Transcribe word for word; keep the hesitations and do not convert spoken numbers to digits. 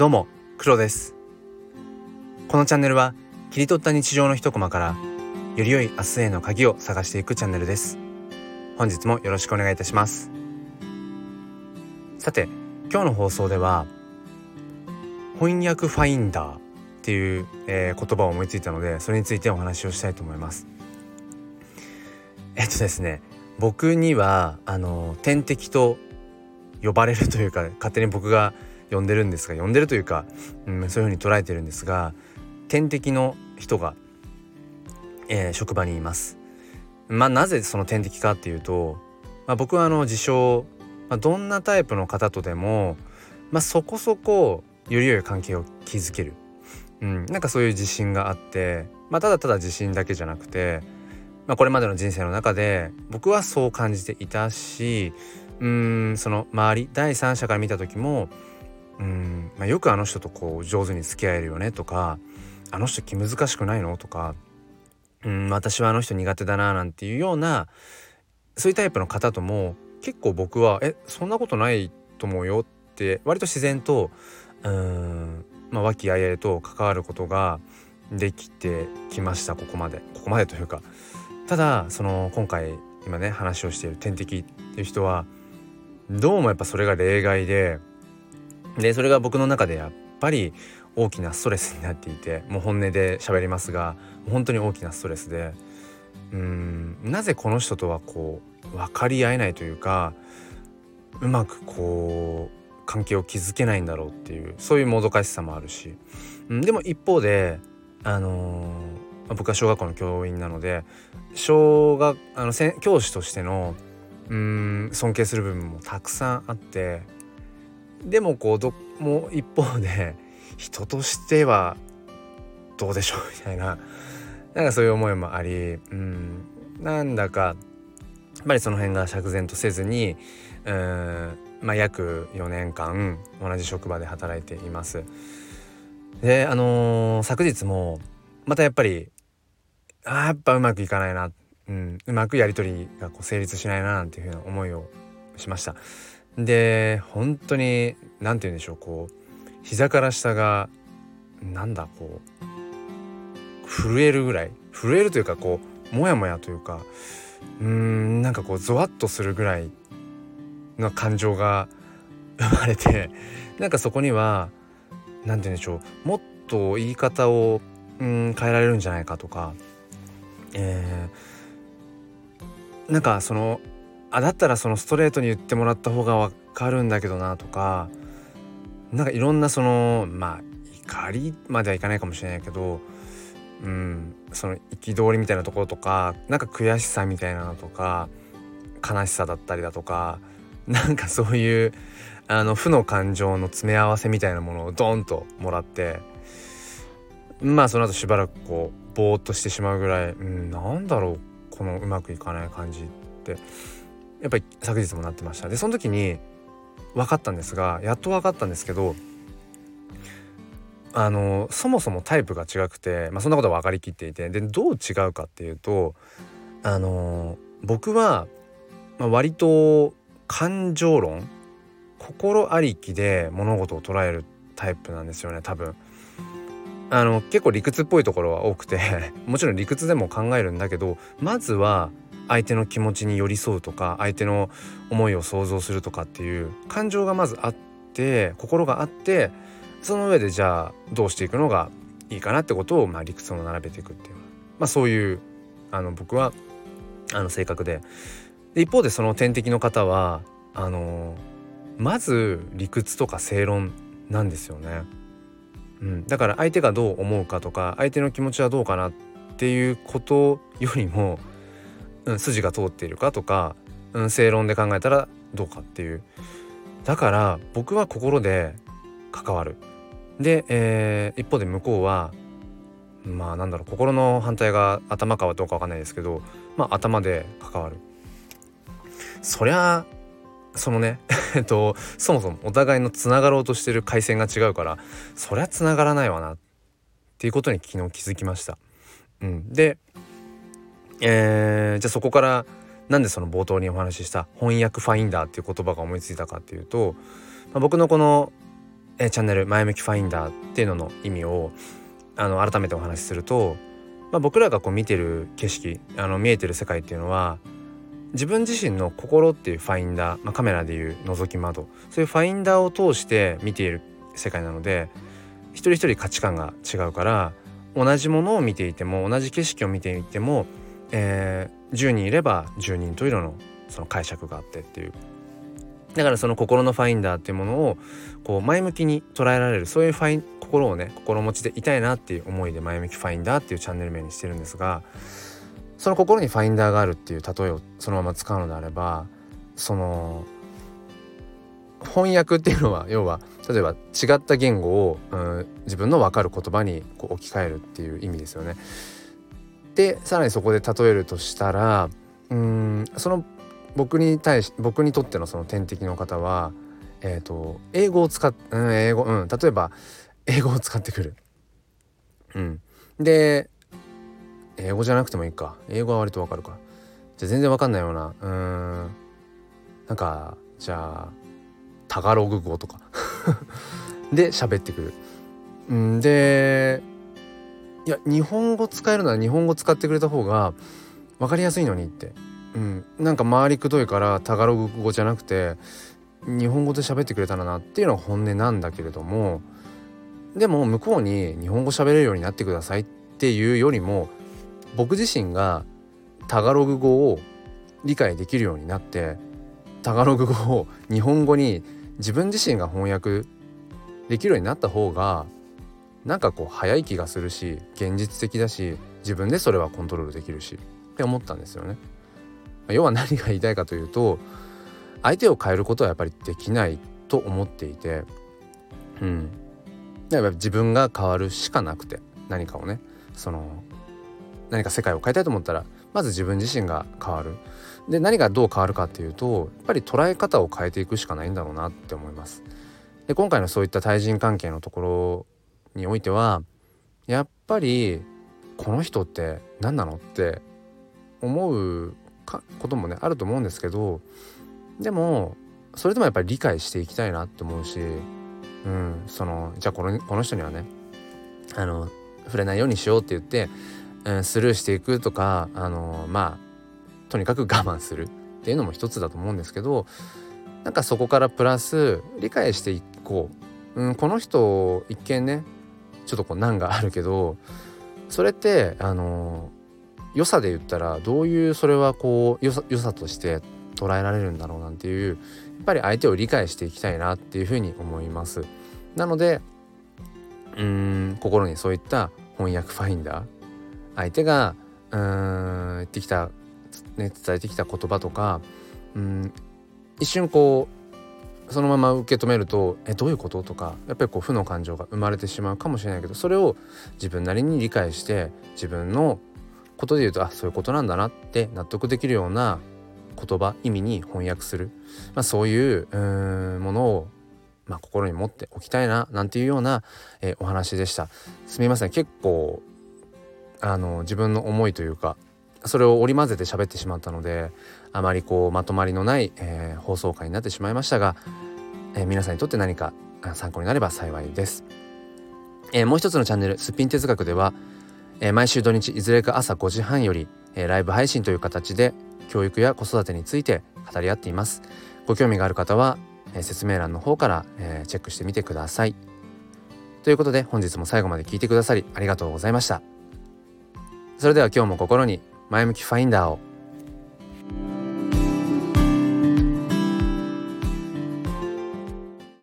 どうも、黒です。このチャンネルは切り取った日常の一コマからより良い明日への鍵を探していくチャンネルです。本日もよろしくお願いいたします。さて、今日の放送では翻訳ファインダーっていう、えー、言葉を思いついたので、それについてお話をしたいと思います。えっとですね僕にはあの天敵と呼ばれるというか、勝手に僕が呼んでるんですが呼んでるというか、うん、そういうふうに捉えてるんですが、天敵の人が、えー、職場にいます。まあなぜその天敵かっていうと、まあ、僕はあの自称、まあ、どんなタイプの方とでも、まあ、そこそこより良い関係を築ける、うん、なんかそういう自信があって、まあ、ただただ自信だけじゃなくて、まあ、これまでの人生の中で僕はそう感じていたし、うーんその周り第三者から見た時もうーん、まあ、よくあの人とこう上手に付き合えるよねとか、あの人気難しくないのとか、うん、私はあの人苦手だななんていうような、そういうタイプの方とも結構僕はえそんなことないと思うよって割と自然とうーん、まあ、和気あいあいと関わることができてきました。ここまでここまでというか、ただその今回今ね話をしている天敵っていう人はどうもやっぱそれが例外ででそれが僕の中でやっぱり大きなストレスになっていて、もう本音で喋りますが本当に大きなストレスで、うーんなぜこの人とはこう分かり合えないというか、うまくこう関係を築けないんだろうっていう、そういうもどかしさもあるし、うん、でも一方であのー、僕は小学校の教員なので小学あの教師としてのうーん尊敬する部分もたくさんあって、でもこうどもう一方で人としてはどうでしょうみたいな、なんかそういう思いもあり、うんなんだかやっぱりその辺が釈然とせずに、うーんまあ約よねんかん同じ職場で働いています。であのー、昨日もまたやっぱりあやっぱうまくいかないな、うん、うまくやり取りがこう成立しないななんていうふうな思いをしました。で本当になんて言うんでしょう、こう膝から下がなんだこう震えるぐらい、震えるというかこうモヤモヤというか、うーんなんかこうゾワッとするぐらいの感情が生まれて、なんかそこにはなんて言うんでしょう、もっと言い方をうん変えられるんじゃないかとか、えー、なんかそのあだったらそのストレートに言ってもらった方がわかるんだけどなとか、なんかいろんなそのまあ怒りまではいかないかもしれないけど、うんその憤りみたいなところとか、なんか悔しさみたいなのとか悲しさだったりだとか、なんかそういうあの負の感情の詰め合わせみたいなものをドーンともらって、まあその後しばらくこうぼーっとしてしまうぐらい、うん、なんだろうこのうまくいかない感じってやっぱり昨日もなってました。でその時に分かったんですが、やっと分かったんですけど、あのそもそもタイプが違くて、まあ、そんなことは分かりきっていて、でどう違うかっていうと、あの僕は、まあ、割と感情論心ありきで物事を捉えるタイプなんですよね。多分あの結構理屈っぽいところは多くてもちろん理屈でも考えるんだけど、まずは相手の気持ちに寄り添うとか、相手の思いを想像するとかっていう感情がまずあって、心があって、その上でじゃあどうしていくのがいいかなってことを、まあ、理屈を並べていくっていう、まあ、そういうあの僕はあの性格で、で一方でその天敵の方はあのまず理屈とか正論なんですよね。うん、だから相手がどう思うかとか、相手の気持ちはどうかなっていうことよりも、うん、筋が通っているかとか、うん、正論で考えたらどうかっていう。だから僕は心で関わる。で、えー、一方で向こうはまあなんだろう、心の反対が頭かはどうかわかんないですけど、まあ頭で関わる。そりゃそのねえっとそもそもお互いのつながろうとしてる回線が違うから、そりゃつながらないわなっていうことに昨日気づきました。うん、で、えー、じゃあそこからなんでその冒頭にお話しした翻訳ファインダーっていう言葉が思いついたかっていうと、まあ、僕のこのえー、チャンネル前向きファインダーっていうのの意味をあの改めてお話しすると、まあ、僕らがこう見てる景色、あの見えてる世界っていうのは自分自身の心っていうファインダー、まあ、カメラでいう覗き窓、そういうファインダーを通して見ている世界なので、一人一人価値観が違うから、同じものを見ていても同じ景色を見ていても、えー、じゅうにんいればじゅうにんと色のその解釈があってっていう、だからその心のファインダーっていうものをこう前向きに捉えられる、そういうファイン心をね心持ちでいたいなっていう思いで前向きファインダーっていうチャンネル名にしてるんですが、その心にファインダーがあるっていう例えをそのまま使うのであれば、その翻訳っていうのは要は例えば違った言語を、うん、自分の分かる言葉にこう置き換えるっていう意味ですよね。でさらにそこで例えるとしたら、うーんその僕に対し僕にとってのその天敵の方は、えーと英語を使っ、うん、英語、うん、例えば英語を使ってくる、うん、で英語じゃなくてもいいか、英語は割とわかるか、じゃあ全然わかんないような、うーんなんかじゃあタガログ語とかで喋ってくる、うん、でいや日本語使えるなら日本語使ってくれた方が分かりやすいのにって、うん、なんか回りくどいからタガログ語じゃなくて日本語で喋ってくれたらなっていうのが本音なんだけれども、でも向こうに日本語喋れるようになってくださいっていうよりも、僕自身がタガログ語を理解できるようになってタガログ語を日本語に自分自身が翻訳できるようになった方がなんかこう早い気がするし、現実的だし、自分でそれはコントロールできるしって思ったんですよね。要は何が言いたいかというと、相手を変えることはやっぱりできないと思っていて、うんやっぱ自分が変わるしかなくて、何かをねその何か世界を変えたいと思ったらまず自分自身が変わる。で何がどう変わるかっていうと、やっぱり捉え方を変えていくしかないんだろうなって思います。で今回のそういった対人関係のところにおいては、やっぱりこの人って何なのって思うかこともねあると思うんですけど、でもそれでもやっぱり理解していきたいなって思うし、うん、そのじゃあこの、この人にはねあの触れないようにしようって言って、うん、スルーしていくとか、あのまあとにかく我慢するっていうのも一つだと思うんですけど、なんかそこからプラス理解していこう、うん、この人一見ねちょっとこう難があるけど、それってあの良さで言ったらどういうそれはこう良さ、良さとして捉えられるんだろうなんていう、やっぱり相手を理解していきたいなっていうふうに思います。なのでうーん心にそういった翻訳ファインダー、相手がうーん言ってきた、ね、伝えてきた言葉とか、うーん一瞬こうそのまま受け止めるとえどういうこととか、やっぱりこう負の感情が生まれてしまうかもしれないけど、それを自分なりに理解して自分のことで言うとあそういうことなんだなって納得できるような言葉意味に翻訳する、まあ、そういう、うーんものを、まあ、心に持っておきたいななんていうような、えー、お話でした。すみません、結構あの自分の思いというかそれを織り交ぜて喋ってしまったので、あまりこうまとまりのない、えー、放送回になってしまいましたが、えー、皆さんにとって何か参考になれば幸いです。えー、もう一つのチャンネルすっぴん哲学では、えー、毎週土日いずれか朝ごじはんより、えー、ライブ配信という形で教育や子育てについて語り合っています。ご興味がある方は、えー、説明欄の方から、えー、チェックしてみてください。ということで本日も最後まで聞いてくださりありがとうございました。それでは今日も心に前向きファインダーを。